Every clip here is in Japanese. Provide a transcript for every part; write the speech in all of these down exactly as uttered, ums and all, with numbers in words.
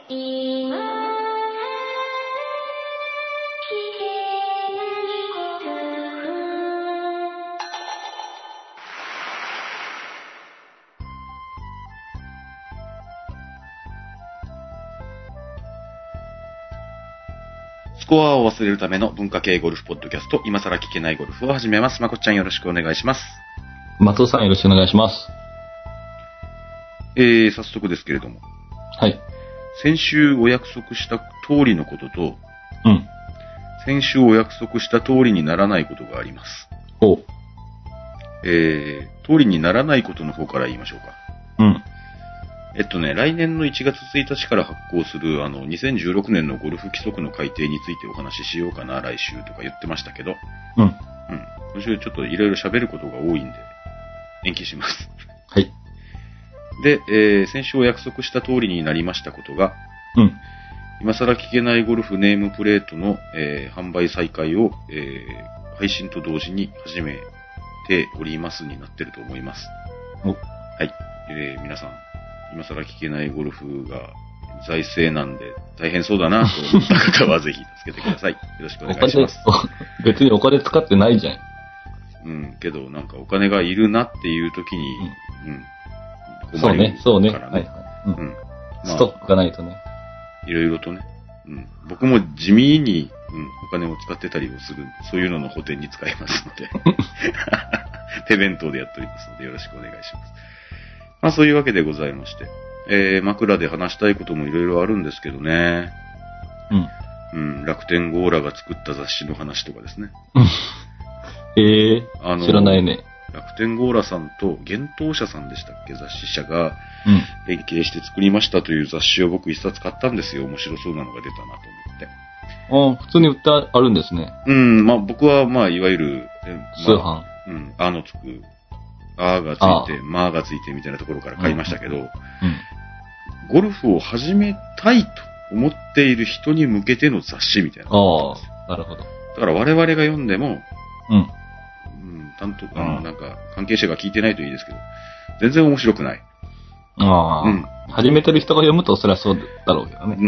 スコアを忘れるための文化系ゴルフポッドキャスト、今更聞けないゴルフを始めます。まこっちゃんよろしくお願いします。 松尾さんよろしくお願いします。 えー、早速ですけれども。 はい。 先週お約束した通りのことと、 うん。 先週お約束した通りにならないことがあります。 お。 えー、通りにならないことの方から言いましょうか。 うん。 えっとね、来年のいちがつついたちから発行する、あの、にせんじゅうろくねんのゴルフ規則の改定についてお話ししようかな、来週とか言ってましたけど。 うん。 うん。今週ちょっといろいろ喋ることが多いんで、延期します。 はい。 で、えー、先週お約束した通りになりましたことが、 うん。 今更聞けないゴルフネームプレートの、えー、販売再開を、えー、配信と同時に始めておりますになってると思います。 お。 はい。えー、皆さん、今更聞けないゴルフが財政なんで大変そうだなと思った方はぜひ助けてください。よろしくお願いします。 別にお金使ってないじゃん。 うん、けどなんかお金がいるなっていう時に、うん、 うん、そうね、そうね。はいはい。うん。 うんまあ、 ストックがないとね。 いろいろとね、うん。僕も地味に、うん、お金を使ってたりをする、そういうのの補填に使いますので、手弁当でやっておりますのでよろしくお願いします。まあそういうわけでございまして、えー、枕で話したいこともいろいろあるんですけどね。うん。うん、楽天ゴーラが作った雑誌の話とかですね。 ええー、あの知らないね。 楽天ゴーラさんと幻冬舎さんでしたっけ、雑誌社が連携して作りましたという雑誌を僕一冊買ったんですよ。面白そうなのが出たなと思って。 ああ、普通に売ってあるんですね。 うん、まあ僕はまあいわゆる、 通販。 まあ、うん、あのつく、あーがついて、まーがついてみたいなところから買いましたけど、うんうん、ゴルフを始めたいと思っている人に向けての雑誌みたいな。 ああ、なるほど。 だから我々が読んでも、 うん。うん、 担当、あの、なんか、関係者が聞いてないといいですけど、全然面白くない。 ああ。うん。始めてる人が読むとそりゃそうだろうけどね。 うん。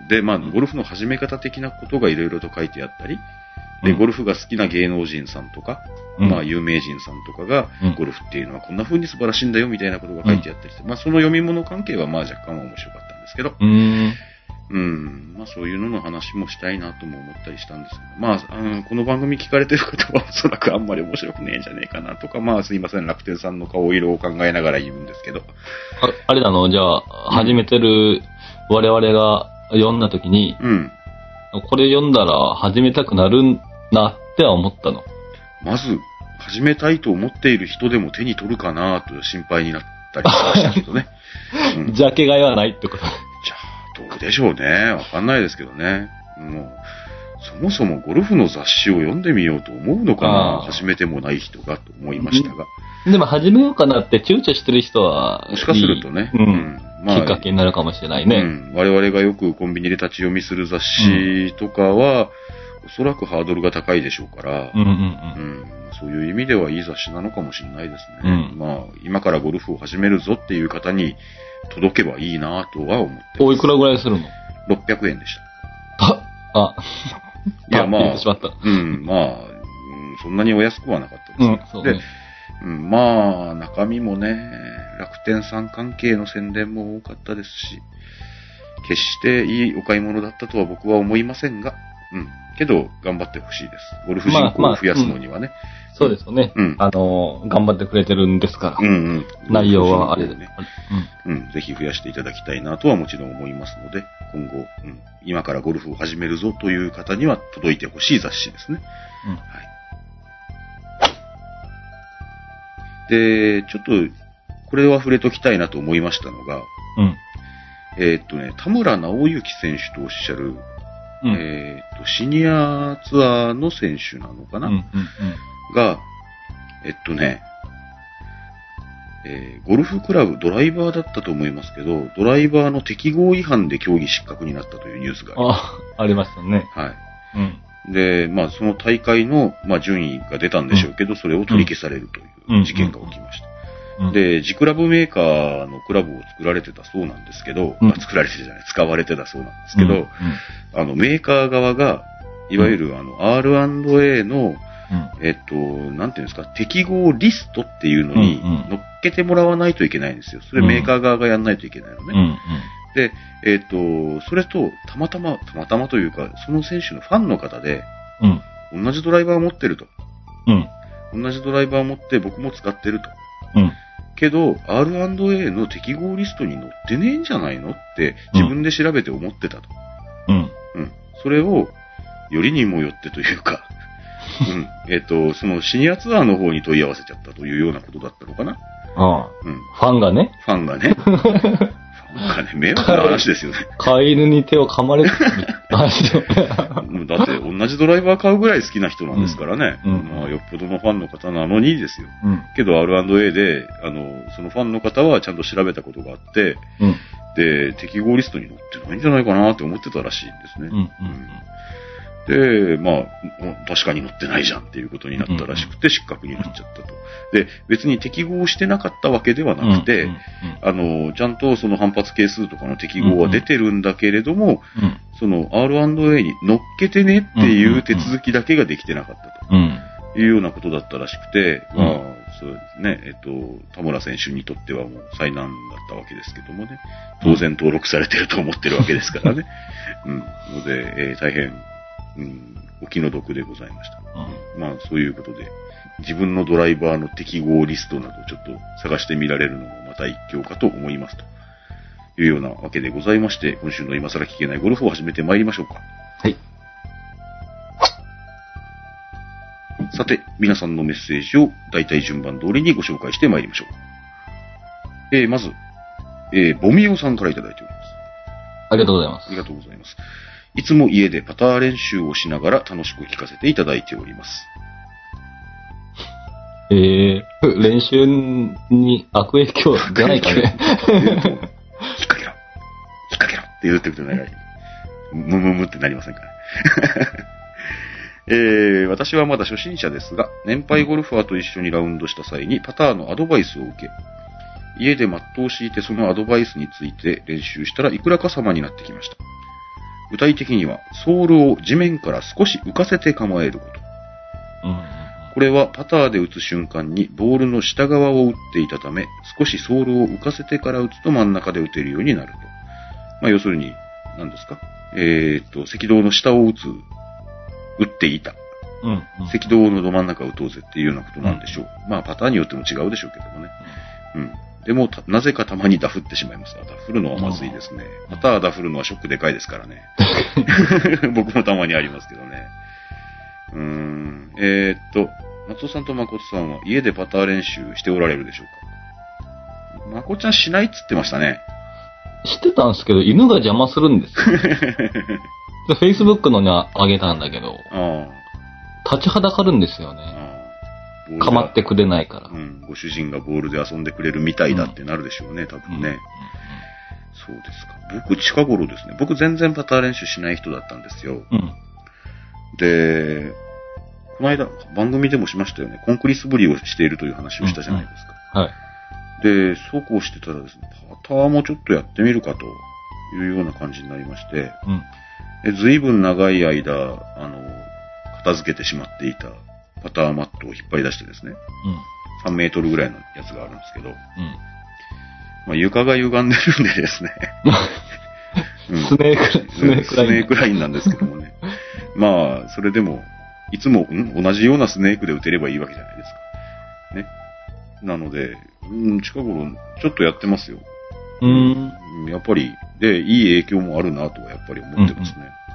で、まあ、ゴルフの始め方的なことがいろいろと書いてあったり、で、ゴルフが好きな芸能人さんとか、うん、まあ、有名人さんとかが、うん、ゴルフっていうのはこんな風に素晴らしいんだよみたいなことが書いてあったりして、うん、まあ、その読み物関係はまあ若干は面白かったんですけど、 うーん。 うん、まあそういうのの話もしたいなとも思ったりしたんですけど、まあ、あのこの番組聞かれてる方はおそらくあんまり面白くねえんじゃねえかなとか、まあすいません、楽天さんの顔色を考えながら言うんですけど。 あ、あれなのじゃあ、始めてる我々が読んだ時に、 うん。 これ読んだら始めたくなるなっては思ったの。 まず、始めたいと思っている人でも手に取るかなと心配になったりしましたけどね。 うん、ジャケ買いはないってこと。 じゃあ、どうでしょうね。わかんないですけどね。もう、そもそもゴルフの雑誌を読んでみようと思うのかな、始めてもない人がと思いましたが。 でも始めようかなって躊躇してる人は、 もしかするとね、 うん、まあ、きっかけになるかもしれないね、うん。 我々がよくコンビニで立ち読みする雑誌とかは、うん、おそらくハードルが高いでしょうから、 うんうんうんうん、そういう意味ではいい雑誌なのかもしれないですね。 うん、 まあ、今からゴルフを始めるぞっていう方に届けばいいなとは思ってます。 おいくらぐらいするの？ ろっぴゃくえんでした。 あ、あ、 いや、まあ、 しまった。 うん、まあ、うん、そんなにお安くはなかったです。 うん、そうね。 で、うん、まあ、中身もね、楽天さん関係の宣伝も多かったですし、決していいお買い物だったとは僕は思いませんが、うん。けど、頑張ってほしいです。ゴルフ人口を増やすのにはね。まあまあうん、 そうですよね。 うん。 あの、頑張ってくれてるんですから。 うんうん。 内容はあれでね。うん。うん。ぜひ増やしていただきたいなとはもちろん思いますので、今後、うん。今からゴルフを始めるぞという方には届いてほしい雑誌ですね。 うん。 はい。で、ちょっと、これは触れときたいなと思いましたのが、 うん。 えーっとね、田村直之選手とおっしゃる、 うん、 えっと、シニアツアーの選手なのかな、 うんうんうん、 が、えっとね、えー、ゴルフクラブ、ドライバーだったと思いますけど、ドライバーの適合違反で競技失格になったというニュースがあります。 あ、ありましたね。 はい。 うん、 で、まあ、その大会の、まあ、順位が出たんでしょうけど、うん、それを取り消されるという事件が起きました。 うん、 で、ジクラブメーカーのクラブを作られてたそうなんですけど、 うん、 作られてたじゃない、使われてたそうなんですけど、 うんうん、 あの、メーカー側が、いわゆるあの、アールアンドエー の、 うん、 えっと、なんていうんですか、適合リストっていうのに乗っけてもらわないといけないんですよ。それメーカー側がやんないといけないのね。 うんうん、 で、えっと、それと、たまたま、たまたまというか、その選手のファンの方で、 うん、 同じドライバーを持ってると。 うん、 同じドライバーを持って僕も使ってると。 うん、 けど、アールアンドエー の適合リストに載ってねえんじゃないのって自分で調べて思ってたと。 うん。 うん。それを、よりにもよってというか、うん。えっと、そのシニアツアーの方に問い合わせちゃったというようなことだったのかな。 ああ。 うん。 ファンがね。 ファンがね。ファンがね、迷惑な話ですよね。 飼い犬に手を噛まれてる話よ。 だって、同じドライバー買うぐらい好きな人なんですからね。 うんうん、 まあ、よっぽどのファンの方なのにですよ。 うん、 けど アールアンドエー で、あの、そのファンの方はちゃんと調べたことがあって、 うん、 で、適合リストに載ってないんじゃないかなって思ってたらしいんですね。 うんうん、 で、まあ、確かに載ってないじゃんっていうことになったらしくて失格になっちゃったと。で、別に適合してなかったわけではなくて、 うんうんうん、 あの、ちゃんとその反発係数とかの適合は出てるんだけれども、 うん、 その アールアンドエー に乗っけてねっていう手続きだけができてなかったと。 うんいうようなことだったらしくて、 うん、 まあ、そうですね、えっと、田村選手にとってはもう災難だったわけですけどもね、当然登録されてると思ってるわけですからね。うん。ので、えー、大変、うん、お気の毒でございました。うん、まあ、そういうことで、自分のドライバーの適合リストなどちょっと探してみられるのもまた一興かと思いますというようなわけでございまして、今週の今更聞けないゴルフを始めてまいりましょうか。 はい。 さて、皆さんのメッセージを大体順番通りにご紹介してまいりましょう。えー、まず、えー、ボミオさんからいただいております。 ありがとうございます。 ありがとうございます。いつも家でパター練習をしながら楽しく聞かせていただいております。 えー、練習に悪影響じゃないかね。 引っ掛けろ。引っ掛けろって言ってくれない。ムムムってなりませんかね。えー、私はまだ初心者ですが、年配ゴルファーと一緒にラウンドした際にパターのアドバイスを受け、家でマットを敷いてそのアドバイスについて練習したらいくらか様になってきました。具体的には、ソールを地面から少し浮かせて構えること。 うん、 これはパターで打つ瞬間にボールの下側を打っていたため、少しソールを浮かせてから打つと真ん中で打てるようになると。まあ、要するに、何ですか？えーっと、赤道の下を打つ、打っていた。 うんうん、 赤道のど真ん中を打とうぜっていうようなことなんでしょう。うん、まあ、パターによっても違うでしょうけどもね。うん。でも、なぜかたまにダフってしまいます。ダフるのはまずいですね。パターダフるのはショックでかいですからね。僕もたまにありますけどね。うーん。えー、っと、松尾さんと誠さんは家でパター練習しておられるでしょうか？誠ちゃんしないっつってましたね。 してたんですけど、犬が邪魔するんですよ。で、Facebook のにあげたんだけど、 あ立ちはだかるんですよね。かまってくれないから、 うん。ご主人がボールで遊んでくれるみたいだってなるでしょうね、多分ね。うんうんうん、そうですか。僕、近頃ですね。僕全然パター練習しない人だったんですよ。 うん、 で、この間、番組でもしましたよね。コンクリ素振りをしているという話をしたじゃないですか。 うんうん、はい。 で、そうこうしてたらですね、パターもちょっとやってみるかというような感じになりまして、うん、ずいぶん長い間、あの、片付けてしまっていたパターマットを引っ張り出してですね、うん、さんメートルぐらいのやつがあるんですけど、うん、まあ、床が歪んでるんでですね、 うん、スネーク、スネークライン。 スネークラインなんですけどもね。まあ、それでも、いつも、ん同じようなスネークで打てればいいわけじゃないですか。ね。なので、うん、近頃、ちょっとやってますよ。 うん。 やっぱり、で、いい影響もあるなとはやっぱり思ってますね。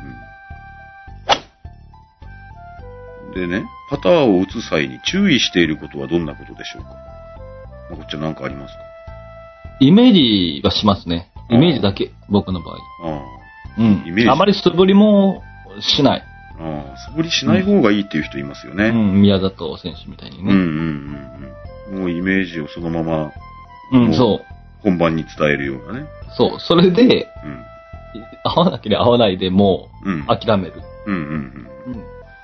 うんうん、でね、パターを打つ際に注意していることはどんなことでしょうか？まこっちゃん何かありますか？ イメージはしますね。イメージだけ、僕の場合。 ああ。 うん。イメージ。あまり素振りもしない。 ああ、素振りしない方がいいっていう人いますよね。 うん、うん、宮里選手みたいにね。 うんうんうんうん。もうイメージをそのまま、 うん、そう。 本番に伝えるようなね。 そう。それで、うん、合わなければ合わないでもう、諦める。 うんうんうん。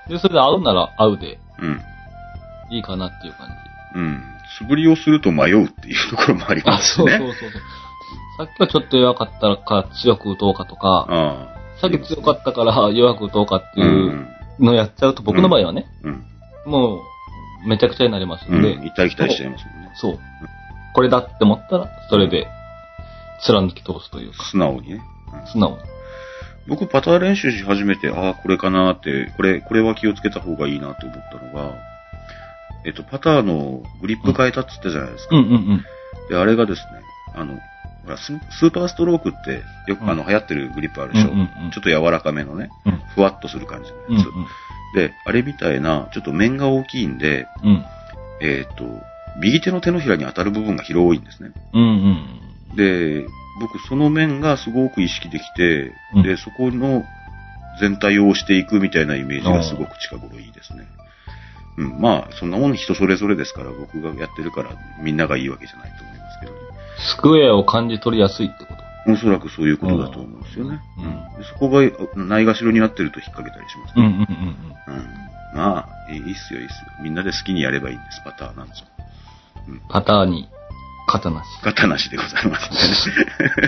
で、それで合うなら合うで、 うん。 いいかなっていう感じ。 うん。 素振りをすると迷うっていうところもありますね。 あ、そうそうそうそう。さっきはちょっと弱かったから強く打とうかとか、 あさっき強かったから弱く打とうかっていうのをやっちゃうと、僕の場合はね、 うんうん、 もうめちゃくちゃになりますので、 うん、行ったり来たりしちゃいますもんね。 そう。うん、これだって思ったら、それで貫き通すというか。 素直にね。 うん、素直に。 僕パター練習し始めて、ああ、これかなって、これ、これは気をつけた方がいいなと思ったのが、えっと、パターのグリップ変えたって言ったじゃないですか。 うんうんうん。 で、あれがですね、あの、ほらス、スーパーストロークってよく、うん、あの、流行ってるグリップあるでしょ、うんうんうん。ちょっと柔らかめのね、うん、ふわっとする感じのやつ、うんうん。で、あれみたいな、ちょっと面が大きいんで、うん、えっと、右手の手のひらに当たる部分が広いんですね。 うんうんうん、 で、僕その面がすごく意識できて、うん、で、そこの全体を押していくみたいなイメージがすごく近頃いいですね。うん、まあ、そんなもの人それぞれですから、僕がやってるからみんながいいわけじゃないと思いますけどね。 スクエアを感じ取りやすいってこと？ おそらくそういうことだと思うんですよね。うんうん、でそこがないがしろになってると引っ掛けたりしますね。うんうんうんうん、まあ、いいっすよ、いいっすよ。みんなで好きにやればいいんです、パターなんですよ。 うん、パターに、肩なし。 肩なしでございますね。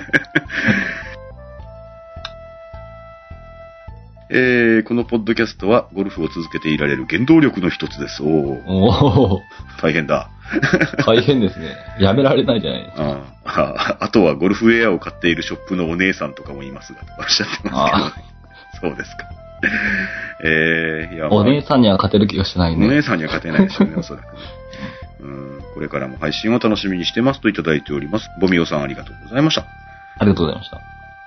えー、このポッドキャストはゴルフを続けていられる原動力の一つです。おー。おー。大変だ。 大変ですね。やめられないじゃないですか。 ああ、あとはゴルフウェアを買っているショップのお姉さんとかもいますが、おっしゃってますけど。そうですか。えー、いや、まあ、 お姉さんには勝てる気がしないね。 お姉さんには勝てないでしょうね、おそらくね。うん、これからも配信を楽しみにしてますといただいております。ボミオさんありがとうございました。 ありがとうございました。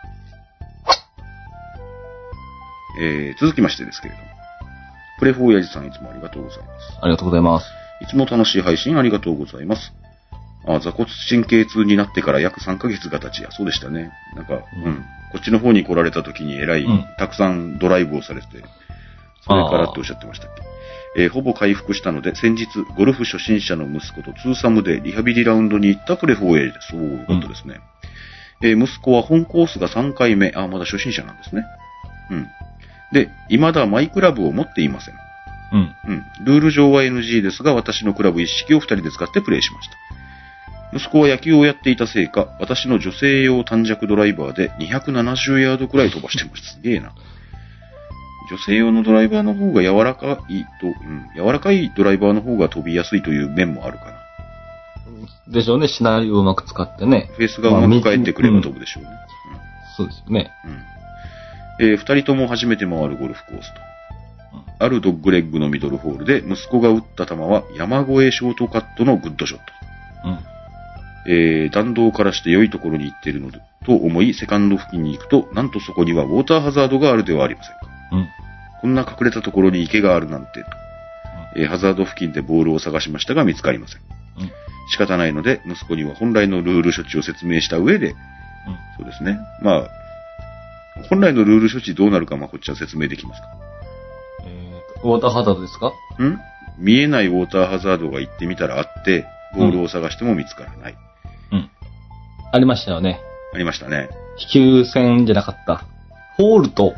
えー、続きましてですけれども。プレフォーヤジさんいつもありがとうございます。 ありがとうございます。 いつも楽しい配信ありがとうございます。あ、座骨神経痛になってから約さんかげつが経ちや、そうでしたね。なんか、うん、うん、こっちの方に来られた時にえらい、うん、たくさんドライブをされて、それからっておっしゃってましたっけ。えー、ほぼ回復したので、先日、ゴルフ初心者の息子とツーサムでリハビリラウンドに行ったプレフォーエイです。そういうことですね。うん、えー、息子は本コースがさんかいめ、あ、まだ初心者なんですね。うん。で、未だマイクラブを持っていません。うん。うん。ルール上は エヌジー ですが、私のクラブ一式を二人で使ってプレイしました。息子は野球をやっていたせいか、私の女性用短尺ドライバーでにひゃくななじゅうヤードくらい飛ばしてました。すげえな。女性用のドライバーの方が柔らかいと、うん、柔らかいドライバーの方が飛びやすいという面もあるかな。 でしょうね、シナリオをうまく使ってね。 フェースがうまく返ってくれば飛ぶでしょうね。まあうん、そうですよね。 うんえー、二人とも初めて回るゴルフコースと。うん、あるドッグレッグのミドルホールで息子が打った球は山越えショートカットのグッドショット。うんえー、弾道からして良いところに行っているのでと思いセカンド付近に行くと、なんとそこにはウォーターハザードがあるではありませんか。うん、こんな隠れたところに池があるなんてと、うんえー、ハザード付近でボールを探しましたが見つかりません。うん、仕方ないので息子には本来のルール処置を説明した上で、うん、そうですね。まあ本来のルール処置どうなるか、まあ、こっちは説明できますか。 えー、ウォーターハザードですか？ ん見えないウォーターハザードが行ってみたらあって、ボールを探しても見つからない。 うん。うん、ありましたよね。 ありましたね。 飛球線じゃなかった。ホールと、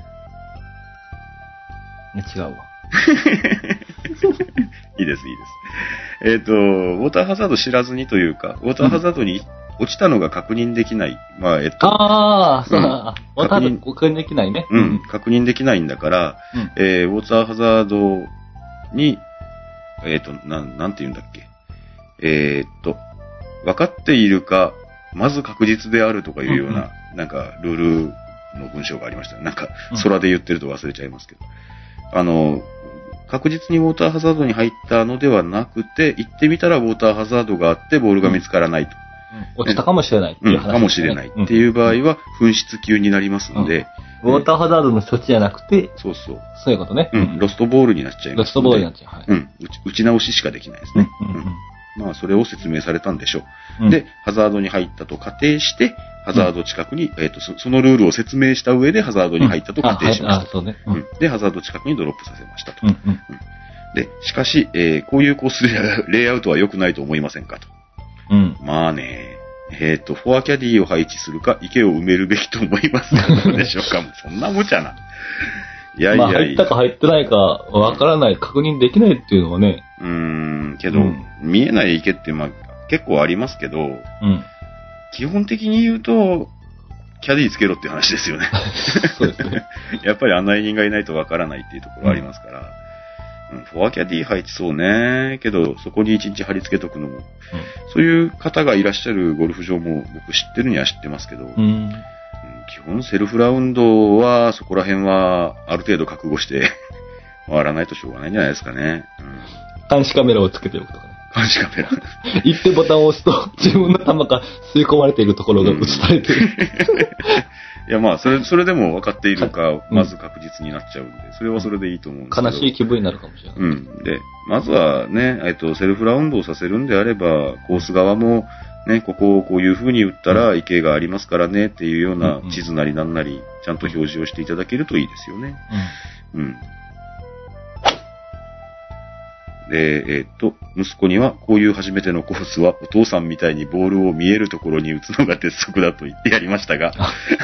ね、違うわ。 いいです、いいです。えっと、ウォーターハザード知らずにというか、ウォーターハザードに、うん落ちたのが確認できない。まあ、えっと。 ああ、そうだ。ウォーターハザード確認できないね。 うん、確認できないんだから、うん、えー、ウォーターハザードに、えっと、なん、なんて言うんだっけ。えー、っと、分かっているか、まず確実であるとかいうような、うんうん、なんか、ルールの文章がありました。なんか、空で言ってると忘れちゃいますけど。うん、あの、確実にウォーターハザードに入ったのではなくて、行ってみたらウォーターハザードがあってボールが見つからないと。 うん、落ちたかもしれないっていう話、ねうん、かもしれないっていう場合は、紛失級になりますので、 うん、ウォーターハザードの処置じゃなくて、 そうそう。 そういうことね。 うん、ロストボールになっちゃいますので。 ロストボールになっちゃう。はい。 うん、打ち直ししかできないですね。うんうんうんうん、まあ、それを説明されたんでしょう。うん、で、ハザードに入ったと仮定して、ハザード近くに、うん、えっとそ、そのルールを説明した上でハザードに入ったと仮定しました。うん、あ、はい、あ、そうね。うん。で、ハザード近くにドロップさせましたと。うんうんうん、で、しかし、えー、こういうコースレイアウトは良くないと思いませんかと。うん。まあね、えっと、フォアキャディを配置するか、池を埋めるべきと思いますが、どうでしょうか。もうそんな無茶な。いやいやいや。 まあ、入ったか入ってないか、わからない、確認できないっていうのはね。 うーん、けど、 うん、 見えない池って、まあ、結構ありますけど、 うん。 基本的に言うと、キャディつけろっていう話ですよね。 そうですね。 やっぱり案内人がいないとわからないっていうところありますから、うんうん、フォアキャディ配置そうね。けど、そこに一日貼り付けとくのも、うん、そういう方がいらっしゃるゴルフ場も僕知ってるには知ってますけど、うん、基本セルフラウンドはそこら辺はある程度覚悟して回らないとしょうがないんじゃないですかね。 うん、監視カメラをつけておくとかね。 監視カメラ。 一手ボタンを押すと自分の球が吸い込まれているところが映されてる。 いやまあ、それ、それでも分かっているか、まず確実になっちゃうんで、それはそれでいいと思うんですけど。 悲しい気分になるかもしれない。 うん。で、まずはね、えっと、セルフラウンドをさせるんであれば、コース側も、ね、ここをこういう風に打ったら池がありますからねっていうような地図なりなんなり、ちゃんと表示をしていただけるといいですよね。うん。うんで、えー、っと、息子にはこういう初めてのコースはお父さんみたいにボールを見えるところに打つのが鉄則だと言ってやりましたが、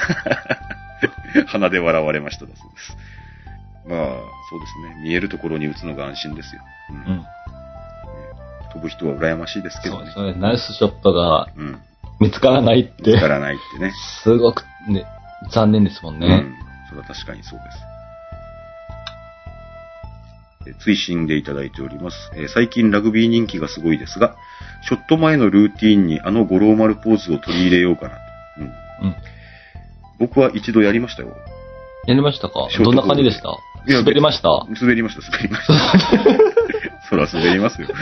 鼻で笑われましただそうです。まあ、そうですね。見えるところに打つのが安心ですよ。うん。うん、飛ぶ人は羨ましいですけどね。 そうですね。ナイスショットが見つからないって。 見つからないってね。 すごくね、残念ですもんね。うん。 それは確かにそうです。追伸でいただいております。えー、最近ラグビー人気がすごいですが、ショット前のルーティーンにあの五郎丸ポーズを取り入れようかなと。うんうん、僕は一度やりましたよ。 やりましたか？どんな感じでした？滑りました？ 滑りました、滑りました。そら滑りますよ。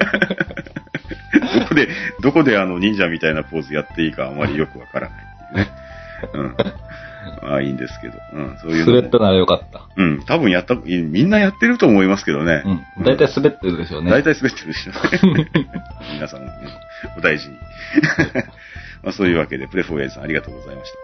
どこで、どこであの忍者みたいなポーズやっていいかあまりよくわからないっていうね。うん。まあいいんですけど。うん、そういうの。 滑ったならよかった。 うん、多分やった、みんなやってると思いますけどね。 うん。大体滑ってるでしょうね。 大体滑ってるでしょうね。皆さん、ね、お大事に。まあそういうわけで、プレフォーエイズさんありがとうございました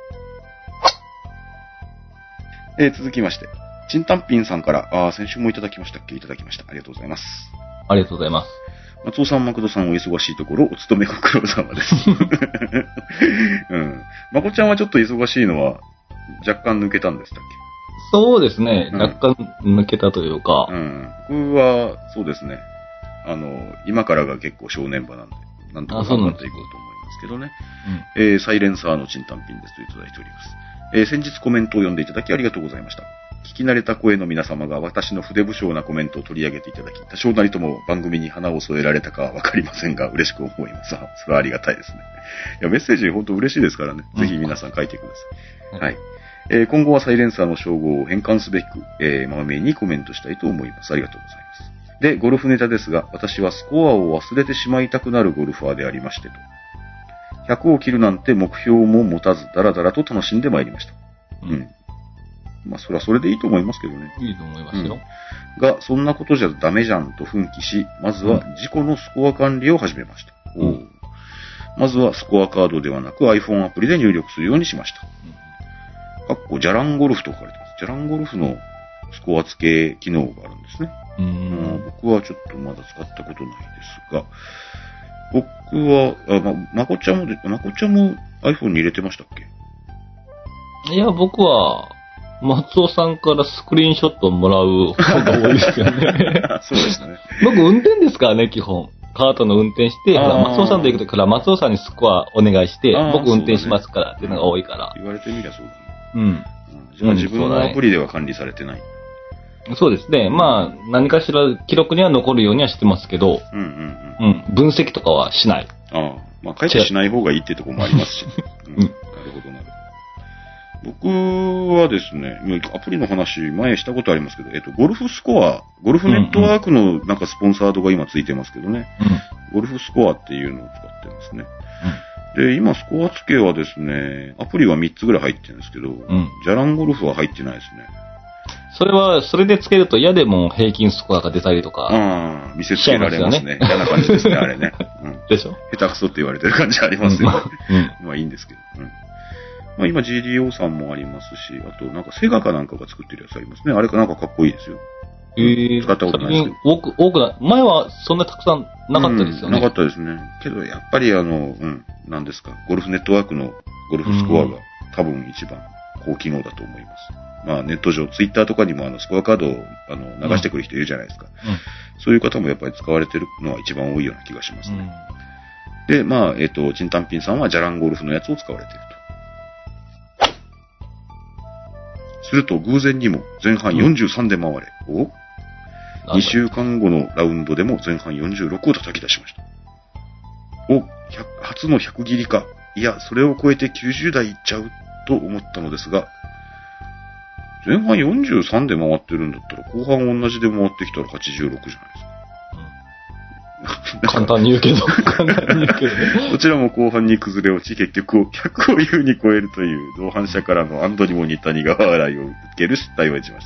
。えー、続きまして、チンタンピンさんから、あ、先週もいただきましたっけ？いただきました。ありがとうございます。 ありがとうございます。 松尾さん、誠さんお忙しいところ、お勤めご苦労様です。うん。まこちゃんはちょっと忙しいのは若干抜けたんでしたっけ？ そうですね。うん、若干抜けたというか。 うん。僕は、そうですね。あの、今からが結構正念場なんで、なんとか頑張っていこうと思いますけどね。うん、えー、サイレンサーのチンタンピンですといただいております。えー、先日コメントを読んでいただきありがとうございました。聞き慣れた声の皆様が私の筆不詳なコメントを取り上げていただき、多少なりとも番組に花を添えられたかはわかりませんが、嬉しく思います。それはありがたいですね。いや、メッセージ本当嬉しいですからね。ぜひ皆さん書いてください。うん、はい。えー、今後はサイレンサーの称号を変換すべく、えー、まめにコメントしたいと思います。ありがとうございます。で、ゴルフネタですが、私はスコアを忘れてしまいたくなるゴルファーでありましてと。ひゃくを切るなんて目標も持たず、だらだらと楽しんでまいりました。うん。まあ、それはそれでいいと思いますけどね。 いいと思いますよ。 うん、が、そんなことじゃダメじゃんと奮起し、まずは自己のスコア管理を始めました。うん、まずはスコアカードではなく iPhone アプリで入力するようにしました。かっこ、ジャランゴルフと書かれてます。ジャランゴルフのスコア付け機能があるんですね。うん、僕はちょっとまだ使ったことないですが、僕は、あま、まこちゃんもで、まこちゃんも iPhone に入れてましたっけ？ いや、僕は、松尾さんからスクリーンショットをもらう方が多いですよね。 そうですね。 僕運転ですからね、基本。カートの運転して、松尾さんと行くときから松尾さんにスコアお願いして、僕運転しますからっていうのが多いから。 言われてみりゃそうだね。 うん。 じゃあ自分のアプリでは管理されてない。 そうですね。まあ、何かしら記録には残るようにはしてますけど、うんうんうん。うん。分析とかはしない。 ああ。まあ、かえってしない方がいいってところもありますし。うん。なるほどなるほど。僕はですね、アプリの話前したことありますけど、えっと、ゴルフスコア、ゴルフネットワークのなんかスポンサードが今ついてますけどね、うん、ゴルフスコアっていうのを使ってますね。うん、で、今スコア付けはですね、アプリはみっつぐらい入ってるんですけど、うん、ジャランゴルフは入ってないですね。 それは、それでつけると嫌でも平均スコアが出たりとか。 ああ、見せつけられますね。嫌な感じですね、あれね。うん、 でしょ？ 下手くそって言われてる感じありますよね。うん、まあいいんですけど。うんまあ、今 ジーディーオー さんもありますし、あとなんかセガかなんかが作ってるやつありますね。あれかなんかかっこいいですよ。 えー、使ったことないですけど。多く、多くな、前はそんなたくさんなかったですよね。うん、 なかったですね。けどやっぱりあの、うん、なんですか、ゴルフネットワークのゴルフスコアが多分一番高機能だと思います。まあネット上、ツイッターとかにもあのスコアカードをあの流してくる人いるじゃないですか、うんうん。そういう方もやっぱり使われてるのは一番多いような気がしますね。うん、で、まあ、えっと、チンタンピンさんはジャランゴルフのやつを使われていると。すると偶然にも前半よんじゅうさんで回れ。うん、おにしゅうかんごのラウンドでも前半よんじゅうろくを叩き出しました。お、初のひゃく切りか。いや、それを超えてきゅうじゅうだいいっちゃうと思ったのですが、前半よんじゅうさんで回ってるんだったら、後半同じで回ってきたらはちじゅうろくじゃないですか。うん、 簡単に言うけど、簡単に言うけどね。 どちらも後半に崩れ落ち、結局ひゃくを優に超えるという同伴者からのアンドにも似た苦笑いを受ける失態をしました。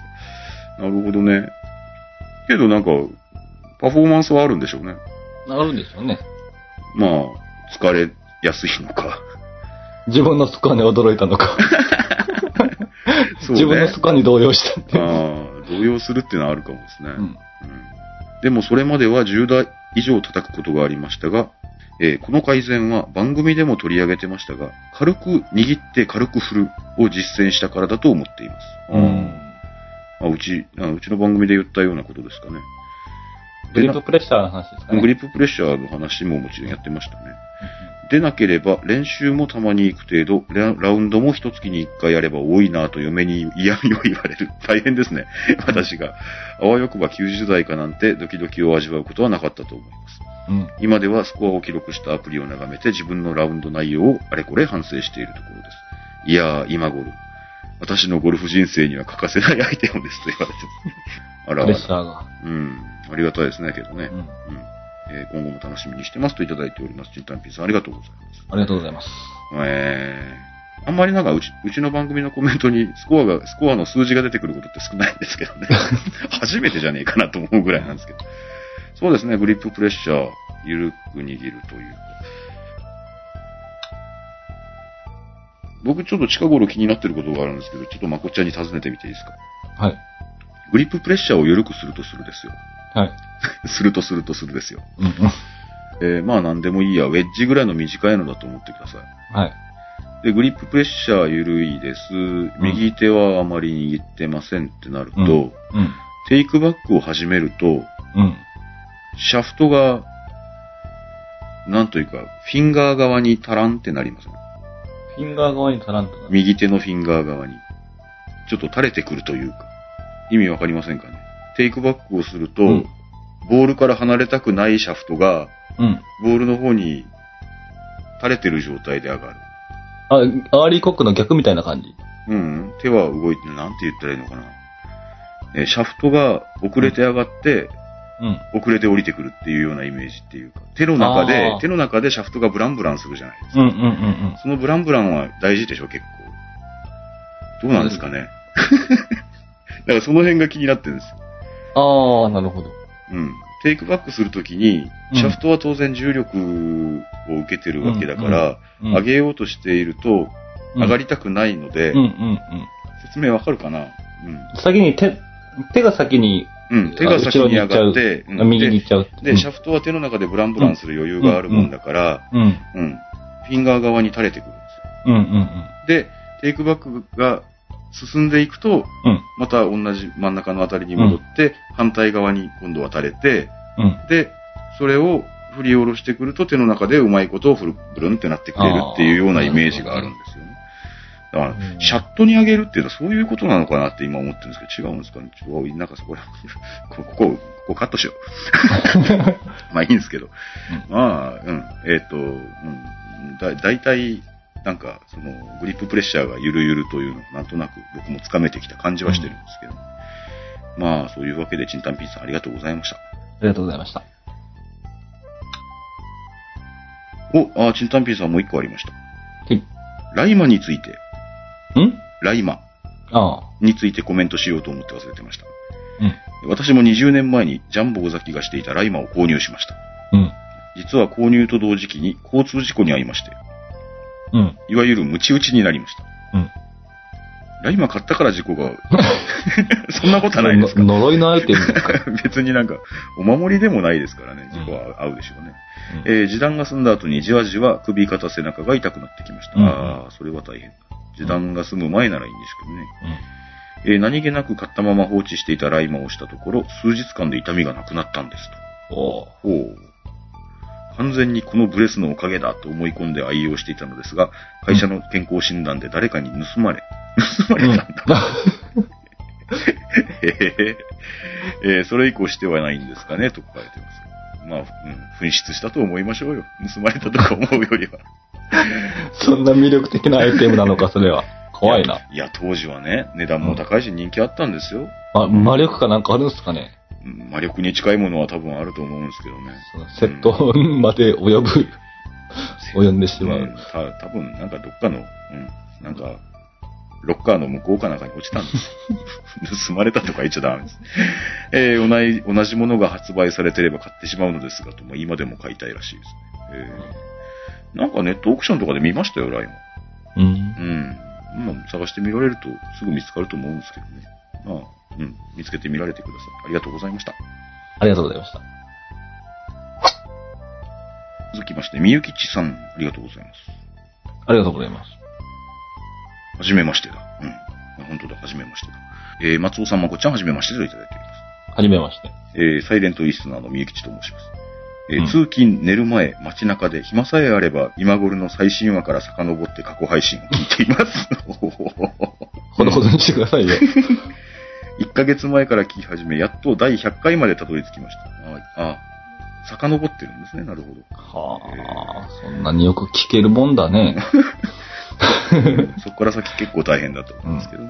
なるほどね。けどなんか、パフォーマンスはあるんでしょうね。 あるんでしょうね。 まあ、疲れやすいのか。 自分のスコアに驚いたのか。そうね、自分のスコアに動揺したっていう。 ああ、動揺するっていうのはあるかもですね。うんうん、でもそれまではじゅうだい以上叩くことがありましたが、えー、この改善は番組でも取り上げてましたが、軽く握って軽く振るを実践したからだと思っています。うん、あうちあ、うちの番組で言ったようなことですかね。 グリッププレッシャーの話ですかね。 グリッププレッシャーの話ももちろんやってましたね。でなければ、練習もたまに行く程度、ラウンドも一月に一回やれば多いなと嫁に嫌味を言われる。大変ですね。私が。あわよくばきゅうじゅうだいかなんてドキドキを味わうことはなかったと思います。うん、今ではスコアを記録したアプリを眺めて自分のラウンド内容をあれこれ反省しているところです。いやー、今頃。私のゴルフ人生には欠かせないアイテムですと言われてます。あらあら。 プレッシャーが。 うん。ありがたいですね、けどね。うん。うんえー、今後も楽しみにしてますといただいております。チンタンピーさんありがとうございます。 ありがとうございます。 えー、あんまりなんかうち、うちの番組のコメントにスコアが、スコアの数字が出てくることって少ないんですけどね。初めてじゃねえかなと思うぐらいなんですけど。そうですね、グリッププレッシャー、ゆるく握るというか。僕ちょっと近頃気になってることがあるんですけど、ちょっとまこっちゃんに尋ねてみていいですか？ はい。 グリッププレッシャーを緩くするとするですよ。 はい。 するとするとするですよ。 うんうん。 えー、まあ何でもいいや、ウェッジぐらいの短いのだと思ってください。 はい。 で、グリッププレッシャー緩いです。右手はあまり握ってませんってなると、うんうん、テイクバックを始めると、うん、シャフトが、なんというか、フィンガー側にタランってなりますね。 フィンガー側にタランとなる。 右手のフィンガー側に。ちょっと垂れてくるというか。意味わかりませんかね。テイクバックをすると、うん、ボールから離れたくないシャフトが、うん、ボールの方に垂れてる状態で上がる。 あ、アーリーコックの逆みたいな感じ。 うん。手は動いて、なんて言ったらいいのかな。えー、シャフトが遅れて上がって、うん、遅れて降りてくるっていうようなイメージっていうか、手の中で、手の中でシャフトがブランブランするじゃないですか。うんうんうんうん、そのブランブランは大事でしょ、結構。どうなんですかね。だからその辺が気になってるんですよ。ああ、なるほど。 うん。テイクバックするときに、シャフトは当然重力を受けてるわけだから、うんうんうん、上げようとしていると、上がりたくないので、うんうんうん、説明わかるかな、うん、 先に手、手が先に、 うん、手が先に上がって、 うん、右に行っちゃう。 で、でシャフトは手の中でブランブランする余裕があるもんだから、うんうんうん、フィンガー側に垂れてくるんですよ。うんうんうん、で、テイクバックが進んでいくと、うん、また同じ真ん中のあたりに戻って、うん、反対側に今度は垂れて、うん、で、それを振り下ろしてくると手の中でうまいことをブルブルンってなってくれるっていうようなイメージがあるんですよね。だから、うん、シャットに上げるっていうのはそういうことなのかなって今思ってるんですけど、違うんですかね。ちょっと、なんかそこら、ここ、ここカットしよう。まあいいんですけど。うん、まあ、うん、えっ、ー、と、うん、だ、だいたい、なんか、その、グリッププレッシャーがゆるゆるというのをなんとなく僕もつかめてきた感じはしてるんですけど。うん、まあ、そういうわけで、チンタンピーさんありがとうございました。ありがとうございました。 お、あ、チンタンピーさんもう一個ありました。 はい。 ライマについて。 んライマ。 ああ。 についてコメントしようと思って忘れてました。うん。私もにじゅうねんまえにジャンボ尾崎がしていたライマを購入しました。うん。実は購入と同時期に交通事故に遭いまして。うん。いわゆるムチ打ちになりました。うん。 ライマ買ったから事故が、そんなことはないですか。 呪いのアイテムですか。 別になんか、お守りでもないですからね、事故は合うでしょうね。うん、えー、時短が済んだ後にじわじわ首肩背中が痛くなってきました。うん、ああ、それは大変だ。時短が済む前ならいいんですけどね。うん、えー、何気なく買ったまま放置していたライマをしたところ、数日間で痛みがなくなったんですと。おお。完全にこのブレスのおかげだと思い込んで愛用していたのですが、会社の健康診断で誰かに盗まれ、盗まれたんだ。うんえーえー、それ以降してはないんですかねと書かれてます。まあ、うん、紛失したと思いましょうよ。盗まれたとか思うよりは。 そんな魅力的なアイテムなのか、それは。怖いな。 いや、いや当時はね、値段も高いし人気あったんですよ。 ま、魔力かなんかあるんですかね。 魔力に近いものは多分あると思うんですけどね。 その窃盗まで及ぶ、及んでしまう。うん、 た多分なんかどっかの、うん、なんか、ロッカーの向こうかなんかに落ちたんです。盗まれたとか言っちゃダメです。えー、同じ、同じものが発売されてれば買ってしまうのですが、と、まあ、今でも買いたいらしいですね。えー、なんかネットオークションとかで見ましたよ、ライム。うん。 うん。まあ、探してみられるとすぐ見つかると思うんですけどね。まあ、うん。見つけてみられてください。ありがとうございました。 ありがとうございました。 続きまして、みゆきちさん、ありがとうございます。 ありがとうございます。 はじめましてだ。うん。本当だ、はじめましてだ。えー、松尾さん、まこちゃん、はじめましてといただいております。 はじめまして。 えー、サイレントリスナーのみゆきちと申します。えーうん、通勤、寝る前、街中で暇さえあれば、今頃の最新話から遡って過去配信を聞いています。 ほどほどにしてくださいよ。 いっかげつまえから聞き始め、やっとだいひゃっかいまでたどり着きました。ああ、遡ってるんですね、なるほど。 はあ、えー、そんなによく聞けるもんだね。 そこから先結構大変だと思うんですけどね。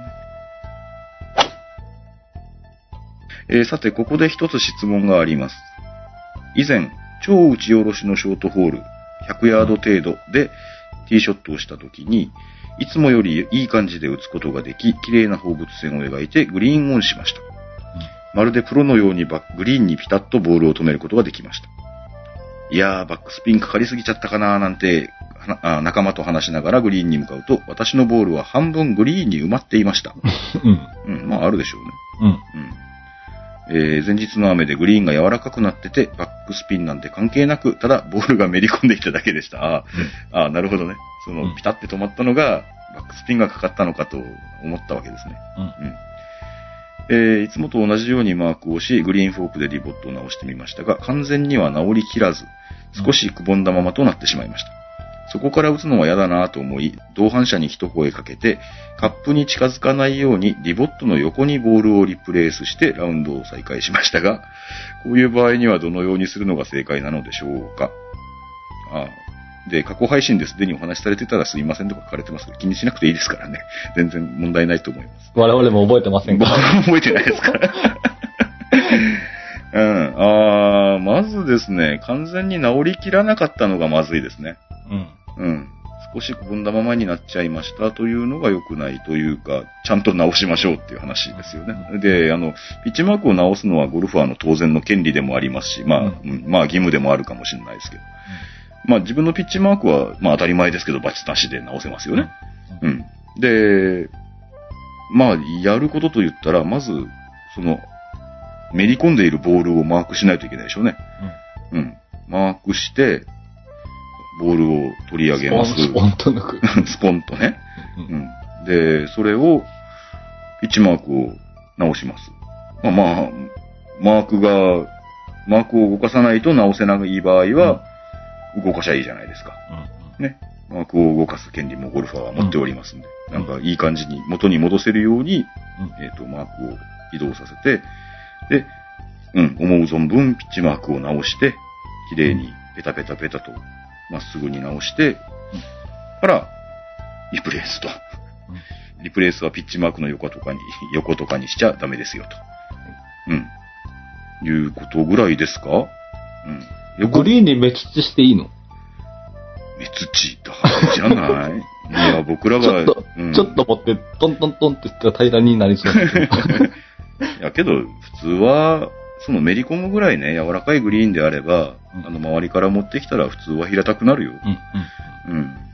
うん、えー、さて、ここで一つ質問があります。以前、超打ち下ろしのショートホール、ひゃくヤード程度でティーショットをしたときに、いつもよりいい感じで打つことができ、綺麗な放物線を描いてグリーンオンしました。うん、まるでプロのようにバックグリーンにピタッとボールを止めることができました。いやー、バックスピンかかりすぎちゃったかなーなんて、仲間と話しながらグリーンに向かうと、私のボールは半分グリーンに埋まっていました。うん。うん、まああるでしょうね。うん。うんえー、前日の雨でグリーンが柔らかくなってて、バックスピンなんて関係なく、ただボールがめり込んできただけでした。あ、うん、あ、なるほどね。その、ピタって止まったのが、バックスピンがかかったのかと思ったわけですね。うん。うんえー、いつもと同じようにマークをし、グリーンフォークでリボットを直してみましたが、完全には直りきらず、少しくぼんだままとなってしまいました。そこから打つのは嫌だなぁと思い、同伴者に一声かけて、カップに近づかないようにリボットの横にボールをリプレイスしてラウンドを再開しましたが、こういう場合にはどのようにするのが正解なのでしょうか。ああで、過去配信ですでにお話しされてたらすいませんとか書かれてますけど、気にしなくていいですからね。全然問題ないと思います。 我々も覚えてませんか覚えてないですから。うん。ああ、まずですね、完全に治りきらなかったのがまずいですね。うん。うん。少しくぼんだままになっちゃいましたというのが良くないというか、ちゃんと直しましょうっていう話ですよね。で、あの、ピッチマークを直すのはゴルファーの当然の権利でもありますし、まあ、うん、まあ義務でもあるかもしれないですけど。うん、まあ自分のピッチマークは、まあ当たり前ですけど、バチなしで直せますよね。うん。で、まあ、やることと言ったら、まず、その、めり込んでいるボールをマークしないといけないでしょうね。うん。うん。マークして、ボールを取り上げます。 スポンと抜く。 スポンとね。うん。で、それを、ピッチマークを直します。まあまあ、マークが、マークを動かさないと直せない場合は、動かしゃいいじゃないですか。うん、ね。マークを動かす権利もゴルファーは持っておりますんで、うん、なんかいい感じに元に戻せるように、うん、えっと、マークを移動させて、で、うん、思う存分ピッチマークを直して、綺麗にペタペタペタとまっすぐに直して、うん、から、リプレイスと。うん、リプレイスはピッチマークの横とかに、横とかにしちゃダメですよと。うん。いうことぐらいですか？ うん。グリーンに滅地していいの？ 滅地だじゃない？いや、僕らが、 ちょっと、うん、ちょっと持って、トントントンって言ったら平らになりそう。 いや、けど、普通は、そのめり込むぐらいね、柔らかいグリーンであれば、うん、あの、周りから持ってきたら普通は平たくなるよ。うん。うん。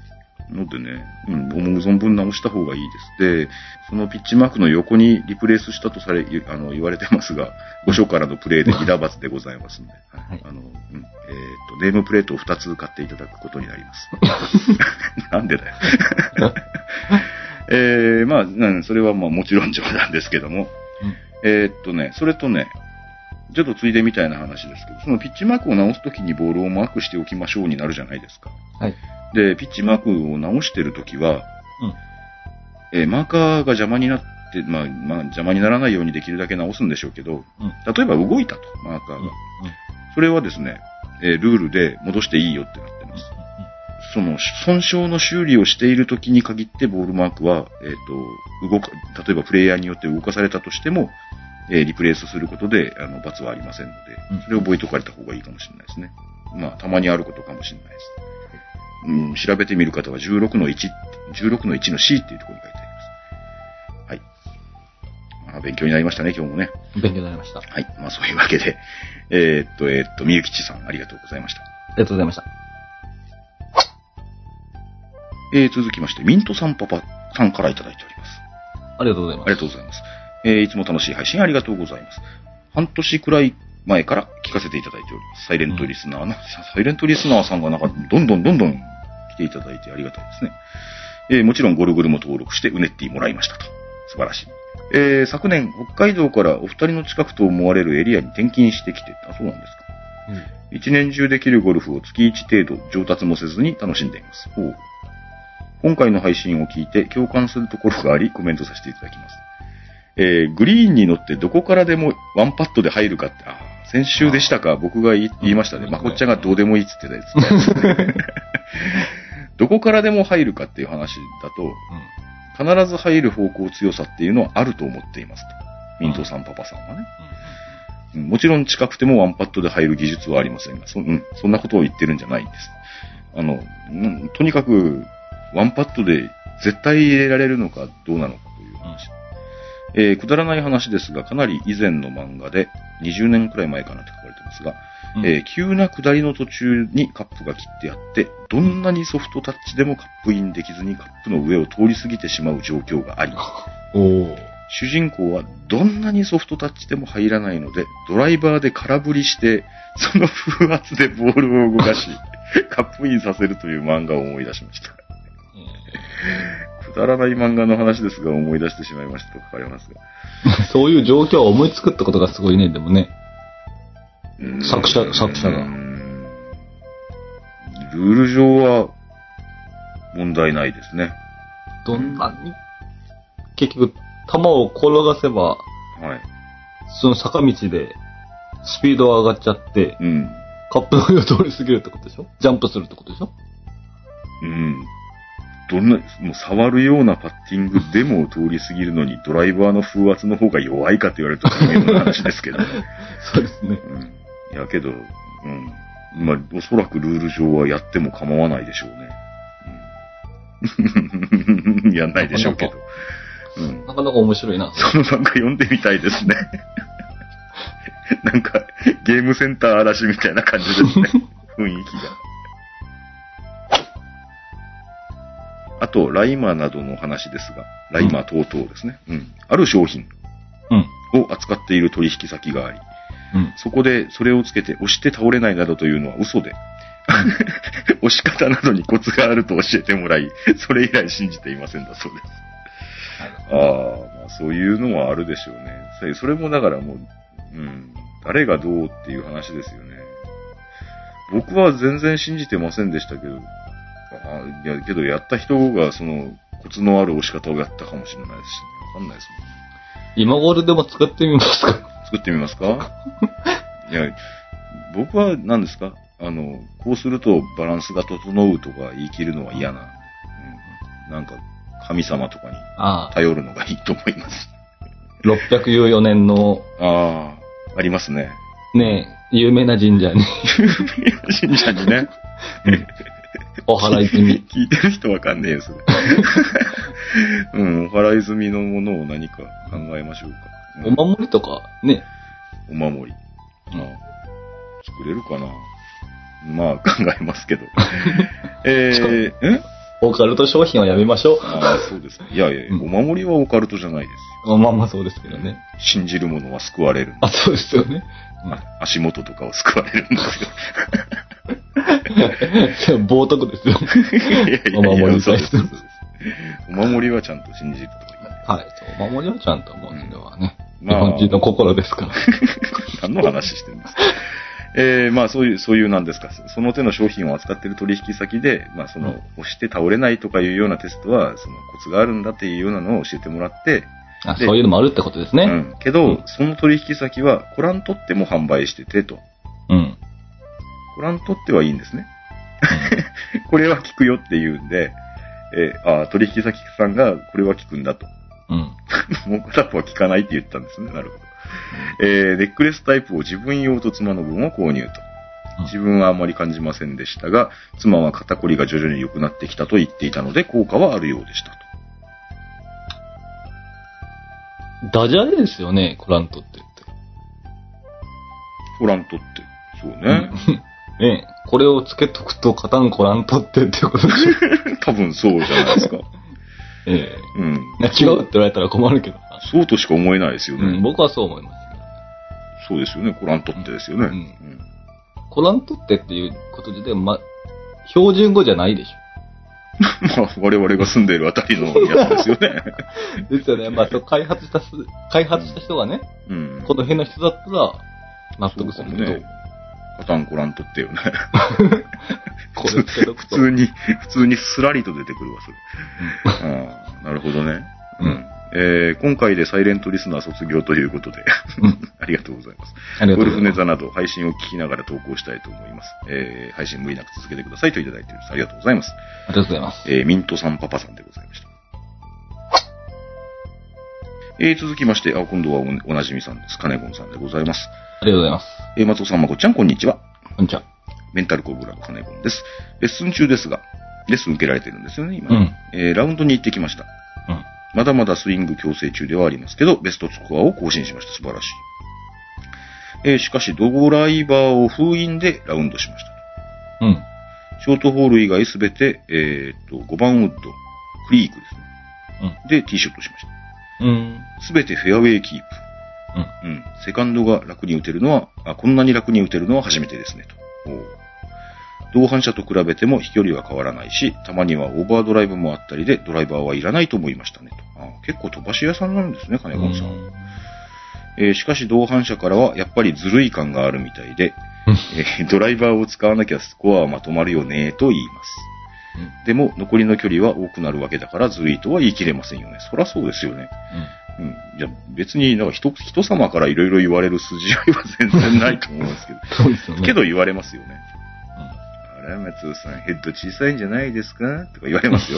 のでね、うん、思う存分直した方がいいです。で、そのピッチマークの横にリプレイスしたとされ、あの、言われてますが、ご章からのプレイでギラバツでございますので、はい、あの、うん、えっ、ー、と、ネームプレートをふたつ買っていただくことになります。なんでだよ。えー、まあ、それはまあもちろん冗談ですけども、うん、えー、っとね、それとね、ちょっとついでみたいな話ですけど、そのピッチマークを直すときにボールをマークしておきましょうになるじゃないですか。 はい。 で、ピッチマークを直してるときは、うん、えー、マーカーが邪魔になって、まあ、まあ、邪魔にならないようにできるだけ直すんでしょうけど、うん、例えば動いたと、マーカーが。うんうん、それはですね、えー、ルールで戻していいよってなってます。その、損傷の修理をしているときに限ってボールマークは、えっと、動か、例えばプレイヤーによって動かされたとしても、えー、リプレイスすることで、あの、罰はありませんので、それを覚えておかれた方がいいかもしれないですね。まあ、たまにあることかもしれないです。うん、調べてみる方はじゅうろくのいち、じゅうろくのいちの シー っていうところに書いてあります。はい。まあ、勉強になりましたね、今日もね。 勉強になりました。 はい。まあ、そういうわけで、えー、っと、えー、っと、みゆきちさん、ありがとうございました。ありがとうございました。 えー、続きまして、ミントさんパパさんからいただいております。 ありがとうございます。 ありがとうございます。えー、いつも楽しい配信ありがとうございます。半年くらい前から聞かせていただいております。サイレントリスナーの、うん、サイレントリスナーさんがなんか、どんどんどんどん来ていただいてありがたいですね。えー、もちろんゴルグルも登録してウネッティもらいましたと。素晴らしい。えー、昨年、北海道からお二人の近くと思われるエリアに転勤してきて、あ、そうなんですか。うん、一年中できるゴルフを月一程度上達もせずに楽しんでいます。おう。今回の配信を聞いて共感するところがありコメントさせていただきます。えー、グリーンに乗ってどこからでもワンパットで入るかって、あ、先週でしたか、僕が言いましたね。まこっちゃんがどうでもいいっつってたやつ。どこからでも入るかっていう話だと、うん、必ず入る方向強さっていうのはあると思っていますと。ミントさんパパさんはね。うん、もちろん近くてもワンパットで入る技術はありませんが、そ、うん、そんなことを言ってるんじゃないんです。あの、うん、とにかく、ワンパットで絶対入れられるのかどうなのかという話。うん、えー、くだらない話ですが、かなり以前の漫画で、にじゅうねんくらい前かなって書かれてますが、うん、えー、急な下りの途中にカップが切ってあって、どんなにソフトタッチでもカップインできずにカップの上を通り過ぎてしまう状況があり、お主人公はどんなにソフトタッチでも入らないので、ドライバーで空振りして、その風圧でボールを動かし、カップインさせるという漫画を思い出しました。くだらない漫画の話ですが思い出してしまいましたと書かれますが。 そういう状況を思いつくってことがすごいね、でもね。作者、作者が。 ルール上は問題ないですね。 どんなに、結局、球を転がせば、はい、その坂道でスピードが上がっちゃって、うん、カップの上を通り過ぎるってことでしょ？ジャンプするってことでしょ？ うん。どんな、もう触るようなパッティングでも通り過ぎるのに、ドライバーの風圧の方が弱いかって言われると微妙な話ですけどね。 そうですね。 うん。いやけど、うん。まあ、おそらくルール上はやっても構わないでしょうね。うん、やんないでしょうけど。 うん、なかなか面白いな。 その漫画読んでみたいですね。なんか、ゲームセンター嵐みたいな感じですね。雰囲気が。あと、ライマーなどの話ですが、ライマー等々ですね。うん。うん、ある商品を扱っている取引先があり、うん、そこでそれをつけて押して倒れないなどというのは嘘で、押し方などにコツがあると教えてもらい、それ以来信じていませんだそうです。ああ、まあそういうのはあるでしょうね。それもだからもう、うん、誰がどうっていう話ですよね。僕は全然信じてませんでしたけど、あいやけどやった人がそのコツのある押し方をやったかもしれないですし、わかんないですもんね。 今頃でも作ってみますか？ 作ってみますか？いや、僕は何ですか？あの、こうするとバランスが整うとか言い切るのは嫌な、うん、なんか神様とかに頼るのがいいと思います。 ろっぴゃくじゅうよねんの、 ああ、ありますね。 ねえ、有名な神社に。 有名な神社にね。 お祓い済み。 聞いてる人わかんねえよ、それ。うん、お祓い済みのものを何か考えましょうか。 うん、お守りとか、ね。 お守り。まあ、作れるかな。まあ、考えますけど。えー、えオカルト商品はやめましょう。 ああ、そうですね。いやいや、うん、お守りはオカルトじゃないですよ。まあまあそうですけどね。 信じる者は救われる。 あ、そうですよね。 うん、足元とかを救われるんですよ。 冒涜ですよ。 いやいやいや、お守りに対して。お守りはちゃんと信じるといい。 はい。お守りはちゃんともう、それはね、うん、日本人の心ですから。 何の話してるんですか。えー、まあそういう、そういうなんですか。その手の商品を扱っている取引先で、まあその、押して倒れないとかいうようなテストは、そのコツがあるんだっていうようなのを教えてもらって、 あ、そういうのもあるってことですね。 うん。けど、うん、その取引先は、コラン取っても販売しててと。 うん。 コラン取ってはいいんですね。これは効くよって言うんで、えー、あ取引先さんがこれは効くんだと。 うん。 もう片方は効かないって言ったんですね。なるほど。えー、ネックレスタイプを自分用と妻の分を購入と。自分はあまり感じませんでしたが、妻は肩こりが徐々に良くなってきたと言っていたので、効果はあるようでしたと。 ダジャレですよね、コラントって言って。 コラントって。そうね。 ねえ、これをつけとくとカタンコラントってってことでしょ。 多分そうじゃないですか。 ええ。 うん。 違うって言われたら困るけど。 そうとしか思えないですよね。 うん、僕はそう思います、ね。 そうですよね、コラントってですよね。うんうん、 コラントってっていうこと自体、ま、標準語じゃないでしょ。 まあ、我々が住んでいるあたりのやつですよね。 ですよね。まあ、そう開発した、開発した人がね、うん、この辺の人だったら納得するけど。ね、 カタンコラントってよね。 これ普通に、普通にスラリと出てくるわ、それ。うん、ああ、なるほどね。うん。えー、今回でサイレントリスナー卒業ということで、ありがとうございます。ゴルフネタなど配信を聞きながら投稿したいと思います。えー、配信無理なく続けてくださいといただいています。ありがとうございます。 ありがとうございます。 えー、ミントさんパパさんでございました。えー、続きまして、あ、今度は お, おなじみさんです。カネゴンさんでございます。 ありがとうございます。 えー、松尾さん、まこっちゃん、こんにちは。 こんにちは。 メンタルコブラのカネゴンです。レッスン中ですが、レッスン受けられてるんですよね、今。うん、えー、ラウンドに行ってきました。うん。まだまだスイング矯正中ではありますけど、ベストスコアを更新しました。素晴らしい。えー、しかし、ドライバーを封印でラウンドしました。 うん。 ショートホール以外すべて、えー、っと、ごばんウッド、クリークですね。うん。で、ティーショットしました。 うん。 すべてフェアウェイキープ。うん。うん。セカンドが楽に打てるのは、あ、こんなに楽に打てるのは初めてですね、と。お同伴者と比べても飛距離は変わらないし、たまにはオーバードライブもあったりで、ドライバーはいらないと思いましたね、と。あ、結構飛ばし屋さんなんですね、金子さん。えー、しかし同伴者からは、やっぱりずるい感があるみたいで、えー、ドライバーを使わなきゃスコアはまとまるよね、と言います。でも、残りの距離は多くなるわけだから、ずるいとは言い切れませんよね。そらそうですよね。うん。うん、いや、別に、なんか人、人様からいろいろ言われる筋合いは全然ないと思うんですけど。 そうですよね。 けど言われますよね。あれ、松尾さん、ヘッド小さいんじゃないですかとか言われますよ。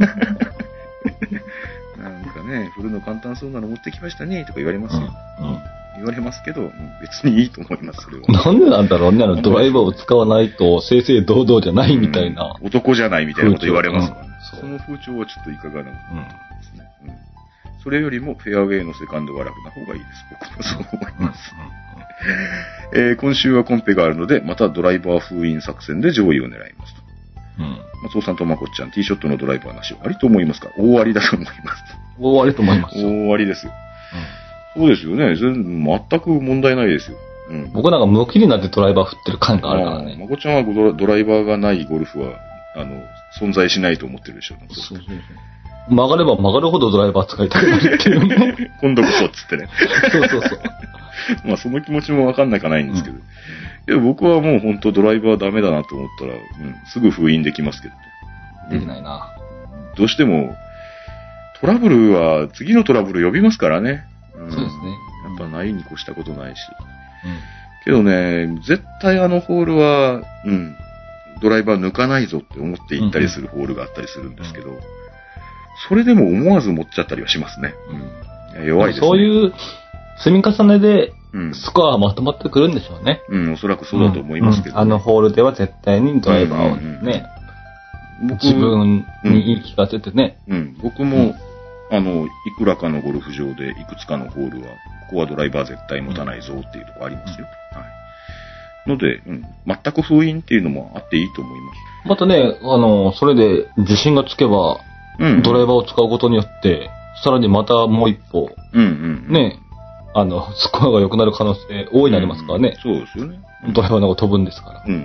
なんかね、振るの簡単そうなの持ってきましたねとか言われますよ。うんうん、言われますけど、別にいいと思います、それは。 なんでなんだろうね、あのドライバーを使わないと正々堂々じゃないみたいな。 うん、男じゃないみたいなこと言われますから、ね、うん、その風潮はちょっといかがなものかと思いますね、うんうん。それよりもフェアウェイのセカンドが楽な方がいいです。僕もそう思います。えー、今週はコンペがあるので、またドライバー封印作戦で上位を狙いますと。うん、松尾さんとまこっちゃん、ティーショットのドライバーなしはありと思いますか？大ありだと思います。 大ありと思います。 大ありですよ。うん、そうですよね。全く問題ないですよ。 うん、僕なんか無気になってドライバー振ってる感があるからね。 まこっちゃんはドラ、ドライバーがないゴルフは、あの、存在しないと思ってるでしょう。 そうそうそう。曲がれば曲がるほどドライバー使いたくなるっていうね。 今度こそっつってね。 そうそうそう。 まあその気持ちもわかんなくはないんですけど。うん、僕はもう本当ドライバーダメだなと思ったら、うん、すぐ封印できますけどね。 できないな。 うん、どうしても、トラブルは次のトラブル呼びますからね。 うん、そうですね。 やっぱないに越したことないし。うん、けどね、絶対あのホールは、うん、ドライバー抜かないぞって思って行ったりするホールがあったりするんですけど、うんうん、それでも思わず持っちゃったりはしますね。うん、弱いですね。 そういう積み重ねで、スコアはまとまってくるんでしょうね。 うん、おそらくそうだと思いますけど、ねうんうん。あのホールでは絶対にドライバーをね、うんうんうん、自分に言い聞かせてね。 うん、うん、僕も、うん、あの、いくらかのゴルフ場でいくつかのホールは、ここはドライバー絶対持たないぞっていうところありますよ。うん、はい。 ので、うん、全く封印っていうのもあっていいと思います。 またね、あの、それで自信がつけば、うんうん、ドライバーを使うことによって、さらにまたもう一歩、うんうんうん、ね、あの、スコアが良くなる可能性大いになりますからね。 うんうん、そうですよね。 ドライバーの方が飛ぶんですから。 うんうん。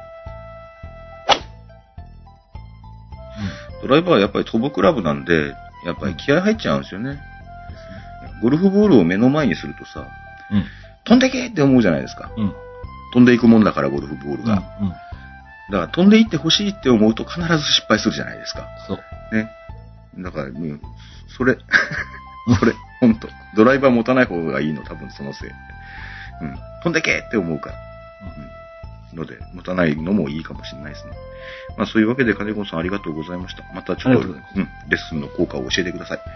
ドライバーはやっぱり飛ぶクラブなんで、やっぱり気合入っちゃうんですよね。ゴルフボールを目の前にするとさ、うん、飛んでけって思うじゃないですか。うん、飛んでいくもんだからゴルフボールが。うんうん、だから飛んでいってほしいって思うと必ず失敗するじゃないですか。 そう。 ね。だから、うん、それ、それ、ほんと。ドライバー持たない方がいいの、多分そのせい。うん。飛んでけって思うから。うん。ので、持たないのもいいかもしれないですね。まあそういうわけで、金子さんありがとうございました。またちょっと、うん、レッスンの効果を教えてください。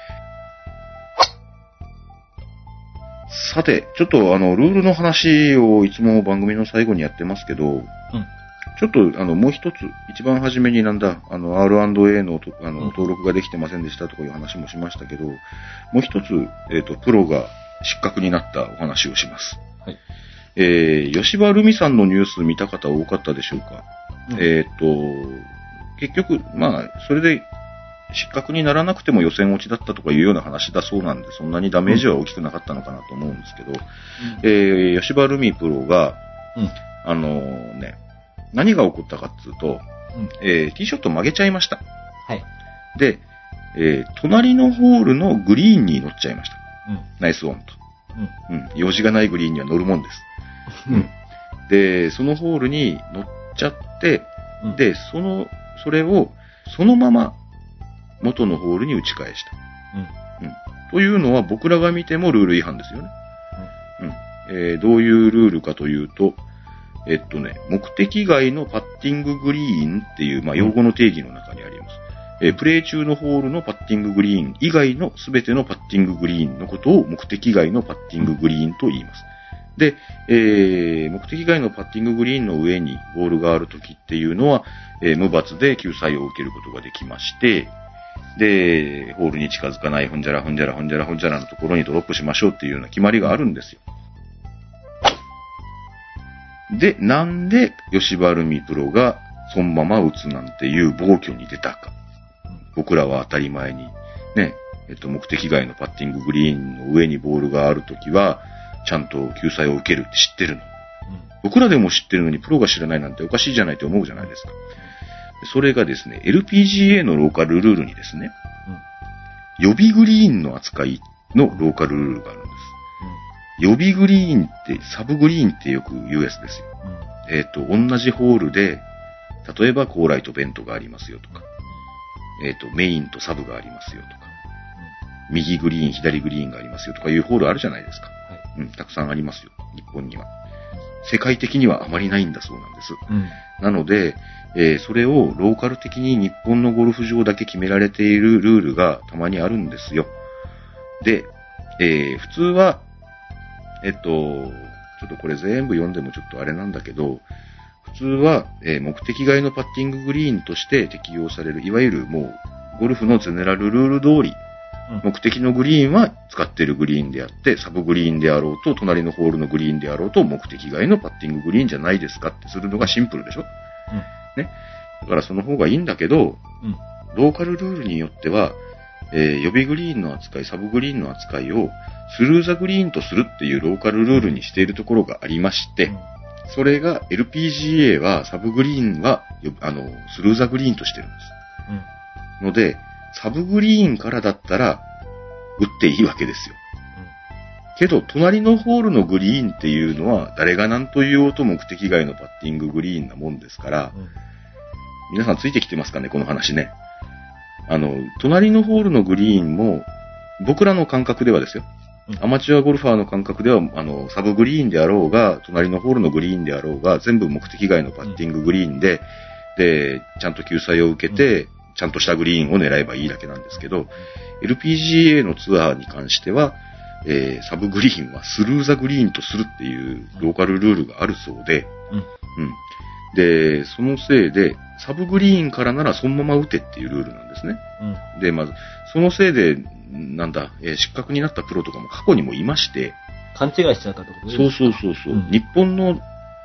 さて、ちょっとあの、ルールの話をいつも番組の最後にやってますけど、うん、ちょっとあの、もう一つ、一番初めになんだ、あの、アールアンドエー のあの、登録ができてませんでしたとかいう話もしましたけど、もう一つ、えっと、プロが失格になったお話をします。はい。えー、吉羽ルミさんのニュース見た方多かったでしょうか、うん、えっと、結局、まあ、それで、失格にならなくても予選落ちだったとかいうような話だそうなんで、そんなにダメージは大きくなかったのかなと思うんですけど、うん、えー、吉羽ルミプロが、うん、あのー、ね、何が起こったかっていうと、うん、えー、ティーショット曲げちゃいました。 はい。 で、えー、隣のホールのグリーンに乗っちゃいました。うん、ナイスオンと。うん。うん。用事がないグリーンには乗るもんです。うん。で、そのホールに乗っちゃって、うん、で、その、それを、そのまま、元のホールに打ち返した。うん。うん。というのは僕らが見てもルール違反ですよね。うん。うん、えー、どういうルールかというと、えっとね、目的外のパッティンググリーンっていう、まあ、用語の定義の中にあります。えー、プレー中のホールのパッティンググリーン以外のすべてのパッティンググリーンのことを目的外のパッティンググリーンと言います。で、えー、目的外のパッティンググリーンの上にボールがあるときっていうのは、えー、無罰で救済を受けることができまして、で、ホールに近づかない、ほんじゃらほんじゃらほんじゃらほんじゃらのところにドロップしましょうっていうような決まりがあるんですよ。で、なんで吉羽ルミプロがそのまま打つなんていう暴挙に出たか。僕らは当たり前に、ね、えっと、目的外のパッティンググリーンの上にボールがあるときは、ちゃんと救済を受けるって知ってるの。うん、僕らでも知ってるのにプロが知らないなんておかしいじゃないと思うじゃないですか。それがですね、エルピージーエー のローカルルールにですね、うん、予備グリーンの扱いのローカルルールがあるんです。うん、予備グリーンって、サブグリーンってよく言うやつですよ。うん、えっと、同じホールで、例えばコーライとベントがありますよとか、えっと、メインとサブがありますよとか、右グリーン、左グリーンがありますよとかいうホールあるじゃないですか。はい、うん、たくさんありますよ、日本には。世界的にはあまりないんだそうなんです。うん、なので、えー、それをローカル的に日本のゴルフ場だけ決められているルールがたまにあるんですよ。で、えー、普通は、えっと、ちょっとこれ全部読んでもちょっとあれなんだけど、普通は、えー、目的外のパッティンググリーンとして適用される、いわゆるもうゴルフのゼネラルルール通り、目的のグリーンは使っているグリーンであって、サブグリーンであろうと、隣のホールのグリーンであろうと、目的外のパッティンググリーンじゃないですかってするのがシンプルでしょ、うん、ね。だからその方がいいんだけど、うん、ローカルルールによっては、えー、予備グリーンの扱い、サブグリーンの扱いをスルーザグリーンとするっていうローカルルールにしているところがありまして、うん、それが エルピージーエー はサブグリーンはあのスルーザグリーンとしてるんです。うん、ので、サブグリーンからだったら打っていいわけですよ。うん、けど、隣のホールのグリーンっていうのは誰が何と言おうと目的外のパッティンググリーンなもんですから、うん、皆さんついてきてますかね、この話ね。あの、隣のホールのグリーンも、僕らの感覚ではですよ。アマチュアゴルファーの感覚では、あの、サブグリーンであろうが、隣のホールのグリーンであろうが、全部目的外のパッティンググリーンで、で、ちゃんと救済を受けて、ちゃんとしたグリーンを狙えばいいだけなんですけど、エルピージーエー のツアーに関しては、えー、サブグリーンはスルーザグリーンとするっていうローカルルールがあるそうで、うん。うん。で、そのせいで、サブグリーンからならそのまま打てっていうルールなんですね。うん、で、まず、そのせいで、なんだ、えー、失格になったプロとかも過去にもいまして。 勘違いしちゃったってことですか？ そうそうそうそう、うん。日本の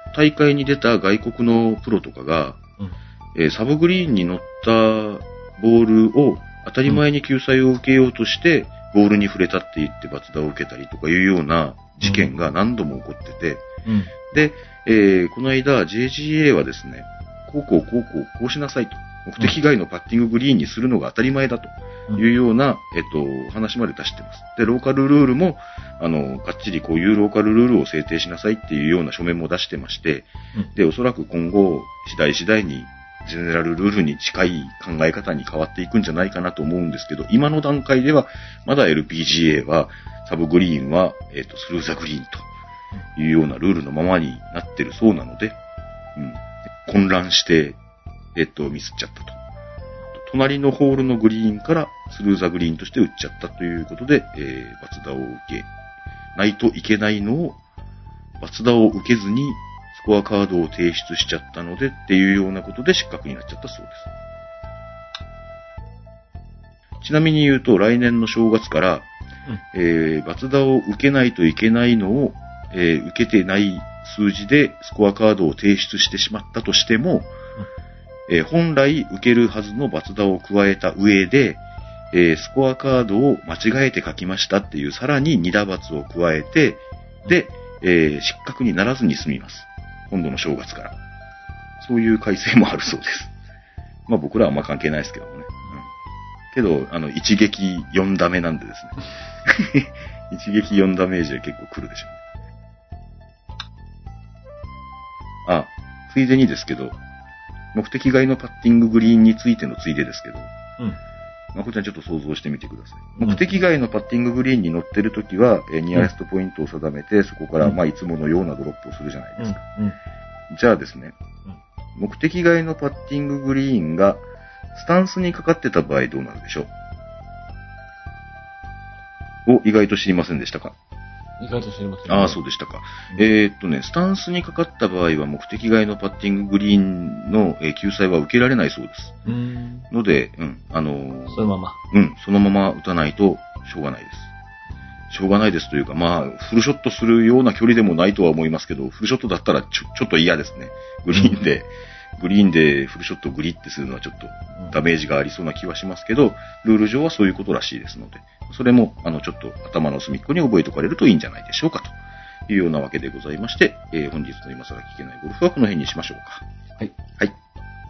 大会に出た外国のプロとかが、うん、えー、サブグリーンに乗ったボールを当たり前に救済を受けようとして、ボールに触れたって言って罰打を受けたりとかいうような事件が何度も起こってて、うん、で、えー、この間 ジェイジーエー はですね、こうこうこうこうこうしなさいと。目的外のパッティンググリーンにするのが当たり前だというような、えっと、話まで出してます。で、ローカルルールも、あの、がっちりこういうローカルルールを制定しなさいっていうような書面も出してまして、で、おそらく今後、次第次第に、ジェネラルルールに近い考え方に変わっていくんじゃないかなと思うんですけど、今の段階では、まだ エルピージーエー は、サブグリーンは、えっと、スルーザグリーンというようなルールのままになってるそうなので、うん、混乱して、えっと、ミスっちゃったと。隣のホールのグリーンからスルーザグリーンとして打っちゃったということで、えー、罰打を受けないといけないのを、罰打を受けずにスコアカードを提出しちゃったのでっていうようなことで失格になっちゃったそうです。ちなみに言うと、来年の正月から、うん、えー、罰打を受けないといけないのを、えー、受けてない数字でスコアカードを提出してしまったとしても、えー、本来受けるはずの罰打を加えた上で、えー、スコアカードを間違えて書きましたっていうさらにに打罰を加えて、で、えー、失格にならずに済みます。今度の正月から。そういう改正もあるそうです。まあ僕らはあんま関係ないですけどね。うん、けど、あの、一撃よん打目なんでですね。一撃よんダメージは結構来るでしょうね。あ、ついでにですけど、目的外のパッティンググリーンについてのついでですけど、うん。まあ、こちらちょっと想像してみてください。目的外のパッティンググリーンに乗ってるときは、えー、ニアレストポイントを定めて、そこから、まあ、いつものようなドロップをするじゃないですか。うんうん、じゃあですね、うん、目的外のパッティンググリーンが、スタンスにかかってた場合どうなるでしょう？お、意外と知りませんでしたか？ 意外と知りません、 ね。ああ、そうでしたか。うん、えー、っとね、スタンスにかかった場合は目的外のパッティンググリーンの、えー、救済は受けられないそうです。うーんので、うん、あのー、 そのまま。 うん、そのまま打たないとしょうがないです。しょうがないですというか、まあ、フルショットするような距離でもないとは思いますけど、フルショットだったらちょ、ちょっと嫌ですね。グリーンで、うん、グリーンでフルショットをグリってするのはちょっとダメージがありそうな気はしますけど、ルール上はそういうことらしいですので、それも、あの、ちょっと頭の隅っこに覚えておかれるといいんじゃないでしょうかというようなわけでございまして、えー、本日の今更聞けないゴルフはこの辺にしましょうか。 はい。 はい。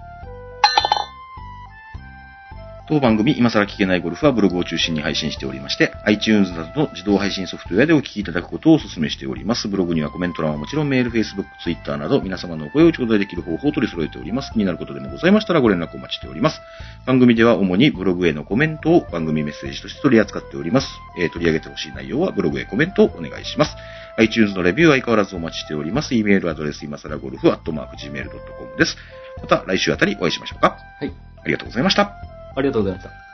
当番組今更聞けないゴルフはブログを中心に配信しておりまして、iTunes などの自動配信ソフトウェアでお聞きいただくことをお勧めしております。ブログにはコメント欄はもちろんメール、Facebook、Twitter など皆様のお声を頂戴できる方法を取り揃えております。気になることでもございましたらご連絡お待ちしております。番組では主にブログへのコメントを番組メッセージとして取り扱っております。えー、取り上げてほしい内容はブログへコメントをお願いします。iTunes のレビューは相変わらずお待ちしております。e メールアドレス今更ゴルフアットマーク ジーメールドットコム です。また来週あたりお会いしましょうか。 はい。 ありがとうございました。 ありがとうございました。